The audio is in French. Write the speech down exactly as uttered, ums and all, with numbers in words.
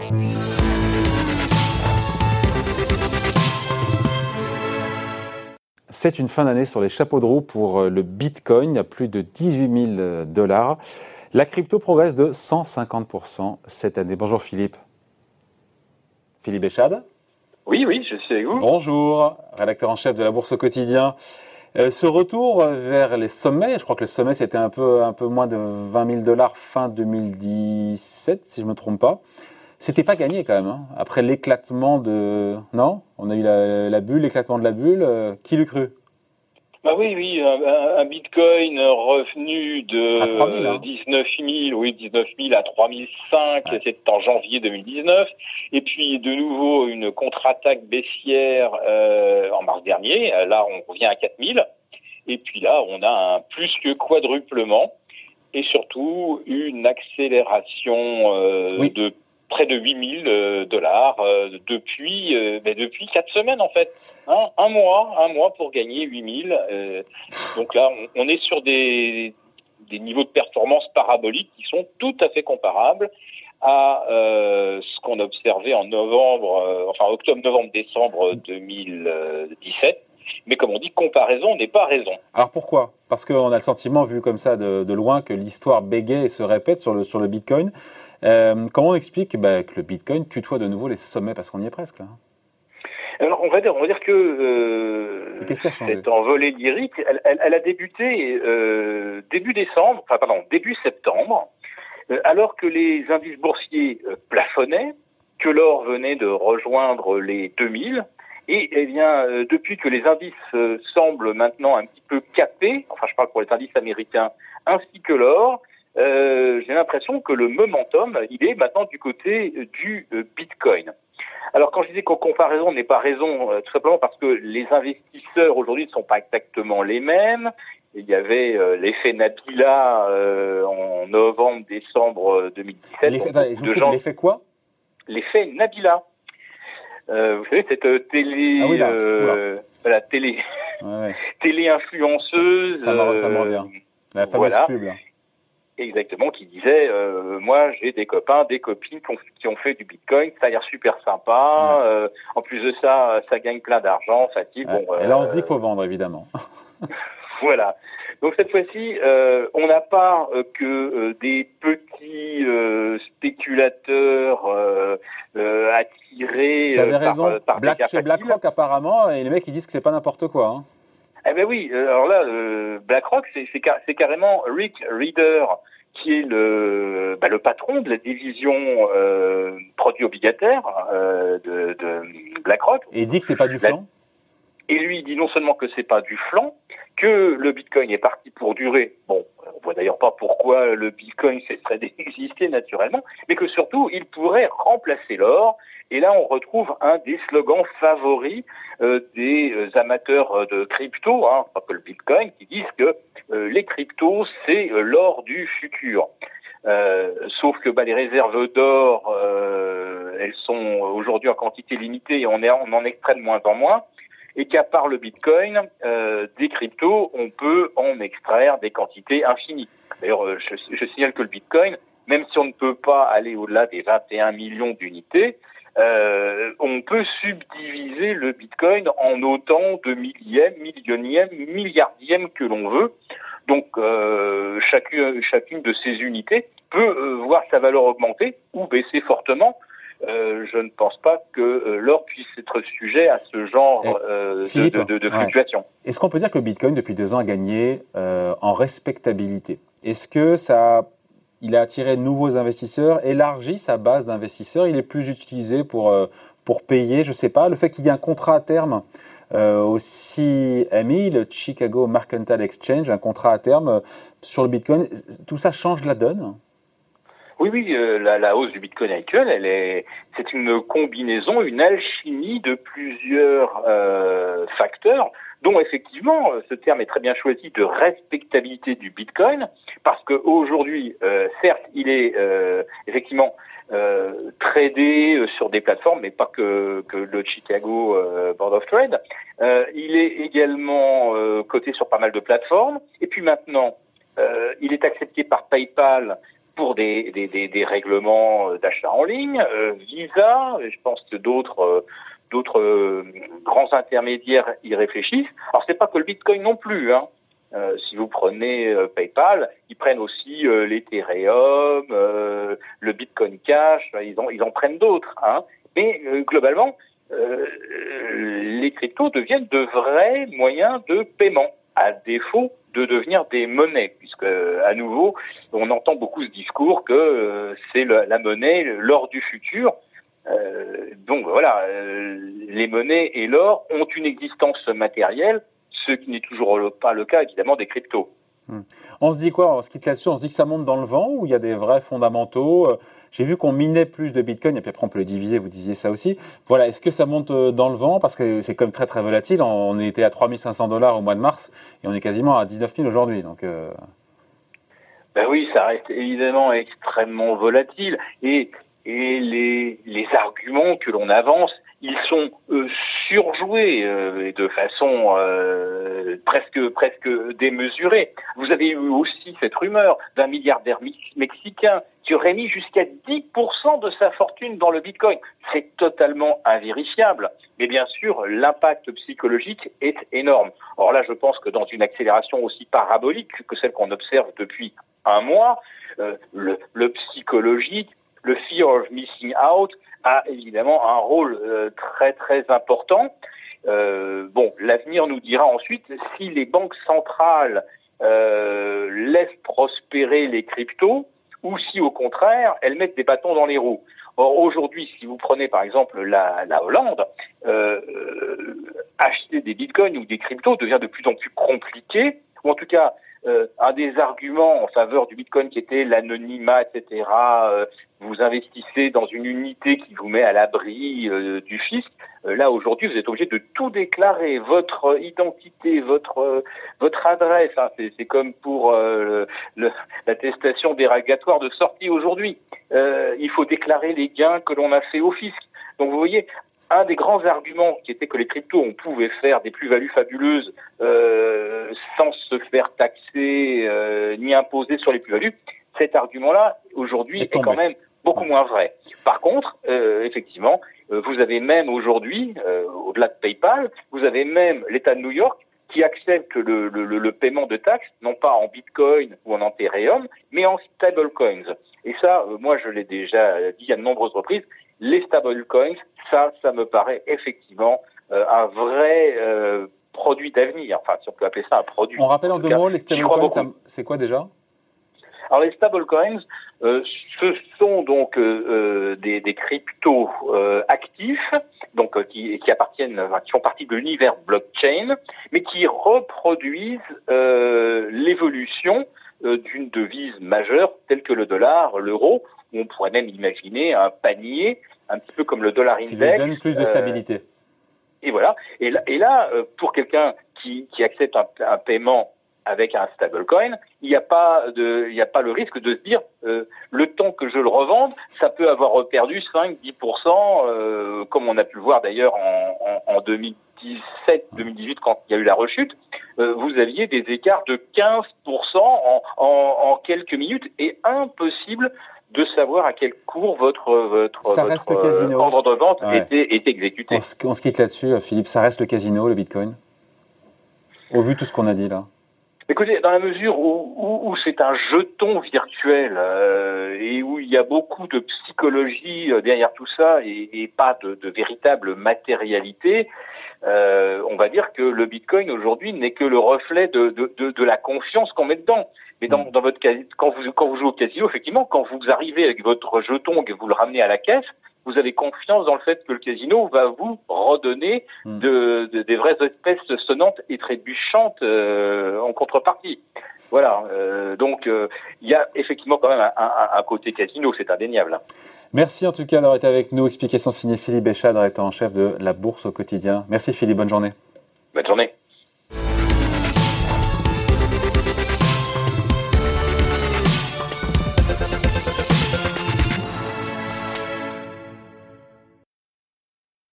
C'est une fin d'année sur les chapeaux de roue pour le Bitcoin, à plus de dix-huit mille dollars. La crypto progresse de cent cinquante pour cent cette année. Bonjour Philippe. Philippe Béchade. Oui, oui, je suis avec vous. Bonjour, rédacteur en chef de la Bourse au quotidien. Euh, ce retour vers les sommets, je crois que le sommet c'était un peu, un peu moins de vingt mille dollars fin deux mille dix-sept, si je ne me trompe pas. C'était pas gagné quand même, hein. Après l'éclatement de... Non ? On a eu la, la bulle, l'éclatement de la bulle. Euh, qui l'eût cru ? Bah oui, oui, un, un Bitcoin revenu de à trois mille, hein. dix-neuf mille, oui, dix-neuf mille à trois mille cinq, ouais. C'était en janvier deux mille dix-neuf. Et puis de nouveau une contre-attaque baissière euh, en mars dernier. Là, on revient à quatre mille. Et puis là, on a un plus que quadruplement et surtout une accélération euh, oui. de près de huit mille dollars euh, depuis euh, ben depuis quatre semaines en fait, hein, un mois, un mois pour gagner huit mille. Euh, donc là, on, on est sur des des niveaux de performance paraboliques qui sont tout à fait comparables à euh, ce qu'on a observé en novembre, euh, enfin octobre, novembre, décembre deux mille dix-sept. Mais comme on dit, comparaison n'est pas raison. Alors pourquoi ? Parce qu'on a le sentiment, vu comme ça de, de loin, que l'histoire bégaye et se répète sur le sur le Bitcoin. Euh, comment on explique bah, que le Bitcoin tutoie de nouveau les sommets, parce qu'on y est presque là. Alors on va dire, on va dire que euh, Qu'est-ce qui a changé ? cette envolée lyrique, elle, elle, elle a débuté euh, début décembre, enfin pardon, début septembre, euh, alors que les indices boursiers euh, plafonnaient, que l'or venait de rejoindre les deux mille. Et eh bien, euh, depuis que les indices euh, semblent maintenant un petit peu capés, enfin je parle pour les indices américains, ainsi que l'or, euh, j'ai l'impression que le momentum, il est maintenant du côté du euh, Bitcoin. Alors quand je disais qu'en comparaison n'est pas raison, euh, tout simplement parce que les investisseurs aujourd'hui ne sont pas exactement les mêmes. Il y avait euh, l'effet Nabila euh, en novembre, décembre deux mille dix-sept. L'effet, attends, je gens... l'effet quoi ? L'effet Nabila. Euh, vous savez, cette euh, télé, ah oui, là, euh, voilà, télé, ouais, ouais. télé-influenceuse. Ça, ça, ça me revient. La fameuse voilà, pub, là. Exactement, qui disait, euh, moi, j'ai des copains, des copines qui ont, qui ont fait du Bitcoin, ça a l'air super sympa. Ouais. Euh, en plus de ça, ça gagne plein d'argent, fatigue. Ouais. Bon, Et là, on se dit qu'il faut vendre, évidemment. Voilà. Donc cette fois-ci, euh, on n'a pas euh, que euh, des petits euh, spéculateurs euh, euh, attirés Vous avez euh, raison. par, par Black, des chez BlackRock apparemment, et les mecs ils disent que c'est pas n'importe quoi. Hein. Eh ben oui. Alors là, euh, BlackRock, c'est, c'est, c'est carrément Rick Reader qui est le bah, le patron de la division euh, produits obligataires euh, de, de BlackRock. Et il dit que c'est pas du flanc. La... Et lui, il dit non seulement que c'est pas du flanc, que le Bitcoin est parti pour durer. Bon, on voit d'ailleurs pas pourquoi le Bitcoin cesserait d'exister naturellement, mais que surtout, il pourrait remplacer l'or. Et là, on retrouve un des slogans favoris euh, des euh, amateurs de crypto, hein, pas que le Bitcoin, qui disent que euh, les cryptos, c'est euh, l'or du futur. Euh, sauf que bah, les réserves d'or, euh, elles sont aujourd'hui en quantité limitée et on, est, on en extrait de moins en moins. Et qu'à part le Bitcoin, euh, des cryptos, on peut en extraire des quantités infinies. D'ailleurs, euh, je, je signale que le Bitcoin, même si on ne peut pas aller au-delà des vingt et un millions d'unités, euh, on peut subdiviser le Bitcoin en autant de millièmes, millionièmes, milliardièmes que l'on veut. Donc, euh, chacune, chacune de ces unités peut euh, voir sa valeur augmenter ou baisser fortement. Euh, je ne pense pas que euh, l'or puisse être sujet à ce genre euh, Philippe, de, de, de, de fluctuation. Ouais. Est-ce qu'on peut dire que le Bitcoin, depuis deux ans, a gagné euh, en respectabilité ? Est-ce que ça, il a attiré de nouveaux investisseurs, élargi sa base d'investisseurs ? Il est plus utilisé pour, euh, pour payer, je ne sais pas. Le fait qu'il y ait un contrat à terme euh, au C M E, le Chicago Mercantile Exchange, un contrat à terme euh, sur le Bitcoin, tout ça change la donne ? Oui, oui, euh, la, la hausse du Bitcoin actuel, elle est, c'est une combinaison, une alchimie de plusieurs euh, facteurs, dont effectivement, ce terme est très bien choisi, de respectabilité du Bitcoin, parce que aujourd'hui, euh, certes, il est euh, effectivement euh, tradé sur des plateformes, mais pas que, que le Chicago euh, Board of Trade. Euh, il est également euh, coté sur pas mal de plateformes, et puis maintenant, euh, il est accepté par PayPal, pour des, des, des, des règlements d'achat en ligne, euh, Visa, je pense que d'autres euh, d'autres euh, grands intermédiaires y réfléchissent. Alors c'est pas que le Bitcoin non plus, hein. Euh, si vous prenez euh, PayPal, ils prennent aussi euh, l'Ethereum, euh, le Bitcoin Cash, ils en ils en prennent d'autres, hein. Mais euh, globalement, euh, les cryptos deviennent de vrais moyens de paiement, à défaut de devenir des monnaies, puisque à nouveau, on entend beaucoup ce discours que euh, c'est le, la monnaie, l'or du futur. Euh, donc voilà, euh, les monnaies et l'or ont une existence matérielle, ce qui n'est toujours pas le cas évidemment des cryptos. Hmm. On se dit quoi? On se quitte là-dessus, on se dit que ça monte dans le vent ou il y a des vrais fondamentaux? J'ai vu qu'on minait plus de Bitcoin et puis après on peut le diviser, vous disiez ça aussi. Voilà, est-ce que ça monte dans le vent? Parce que c'est quand même très très volatile. On était à trois mille cinq cents dollars au mois de mars et on est quasiment à dix-neuf mille aujourd'hui. Donc, euh... ben oui, ça reste évidemment extrêmement volatile et, et les, les arguments que l'on avance, ils sont euh, surjoués euh, de façon euh, presque presque démesurée. Vous avez eu aussi cette rumeur d'un milliardaire mexicain qui aurait mis jusqu'à dix pour cent de sa fortune dans le Bitcoin. C'est totalement invérifiable. Mais bien sûr, l'impact psychologique est énorme. Or là, je pense que dans une accélération aussi parabolique que celle qu'on observe depuis un mois, euh, le, le psychologique, le fear of missing out a évidemment un rôle euh, très très important. Euh, bon, l'avenir nous dira ensuite si les banques centrales euh, laissent prospérer les cryptos ou si au contraire elles mettent des bâtons dans les roues. Or aujourd'hui, si vous prenez par exemple la, la Hollande, euh, euh, acheter des bitcoins ou des cryptos devient de plus en plus compliqué, ou en tout cas Euh, un des arguments en faveur du Bitcoin qui était l'anonymat, et cetera. Euh, vous investissez dans une unité qui vous met à l'abri euh, du fisc. Euh, là aujourd'hui, vous êtes obligé de tout déclarer, votre identité, votre euh, votre adresse. Hein, c'est, c'est comme pour euh, le, l'attestation dérogatoire de sortie aujourd'hui. Euh, il faut déclarer les gains que l'on a fait au fisc. Donc vous voyez. Un des grands arguments qui était que les cryptos, on pouvait faire des plus-values fabuleuses euh, sans se faire taxer euh, ni imposer sur les plus-values, cet argument-là, aujourd'hui, est, est quand même beaucoup moins vrai. Par contre, euh, effectivement, euh, vous avez même aujourd'hui, euh, au-delà de PayPal, vous avez même l'État de New York qui accepte le, le, le paiement de taxes, non pas en Bitcoin ou en Ethereum, mais en stablecoins. Et ça, euh, moi, je l'ai déjà dit à de nombreuses reprises, les stablecoins, ça, ça me paraît effectivement euh, un vrai euh, produit d'avenir. Enfin, si on peut appeler ça un produit. On rappelle en, en deux cas, mots, les stablecoins, ça, c'est quoi déjà? Alors les stablecoins, euh, ce sont donc euh, des, des cryptos euh, actifs, donc euh, qui, qui appartiennent, enfin, qui font partie de l'univers blockchain, mais qui reproduisent euh, l'évolution euh, d'une devise majeure telle que le dollar, l'euro. On pourrait même imaginer un panier, un petit peu comme le dollar index. Qui lui donne plus de stabilité. Euh, et voilà. Et là, et là euh, pour quelqu'un qui, qui accepte un, un paiement avec un stablecoin, il n'y a pas de, il n'y a pas le risque de se dire euh, le temps que je le revende, ça peut avoir perdu cinq à dix pour cent, euh, comme on a pu le voir d'ailleurs en, en, en deux mille dix-sept deux mille dix-huit quand il y a eu la rechute. Euh, vous aviez des écarts de quinze pour cent en, en, en quelques minutes et impossible de savoir à quel cours votre, votre, ça votre reste le casino. ordre de vente ouais. était, était exécuté. On se, on se quitte là-dessus, Philippe. Ça reste le casino, le Bitcoin, au vu de tout ce qu'on a dit là. Écoutez, dans la mesure où, où, où c'est un jeton virtuel euh, et où il y a beaucoup de psychologie euh, derrière tout ça et, et pas de, de véritable matérialité, euh, on va dire que le Bitcoin aujourd'hui n'est que le reflet de, de, de, de la confiance qu'on met dedans. Mais dans, dans votre quand vous quand vous jouez au casino, effectivement, quand vous arrivez avec votre jeton et que vous le ramenez à la caisse, vous avez confiance dans le fait que le casino va vous redonner de, de, des vraies espèces sonnantes et trébuchantes euh, en contrepartie. Voilà. Euh, donc, il euh, y a effectivement quand même un, un, un côté casino, c'est indéniable. Merci en tout cas d'avoir été avec nous. Explication signée Philippe Béchade, directeur en chef de la Bourse au quotidien. Merci Philippe, bonne journée. Bonne journée.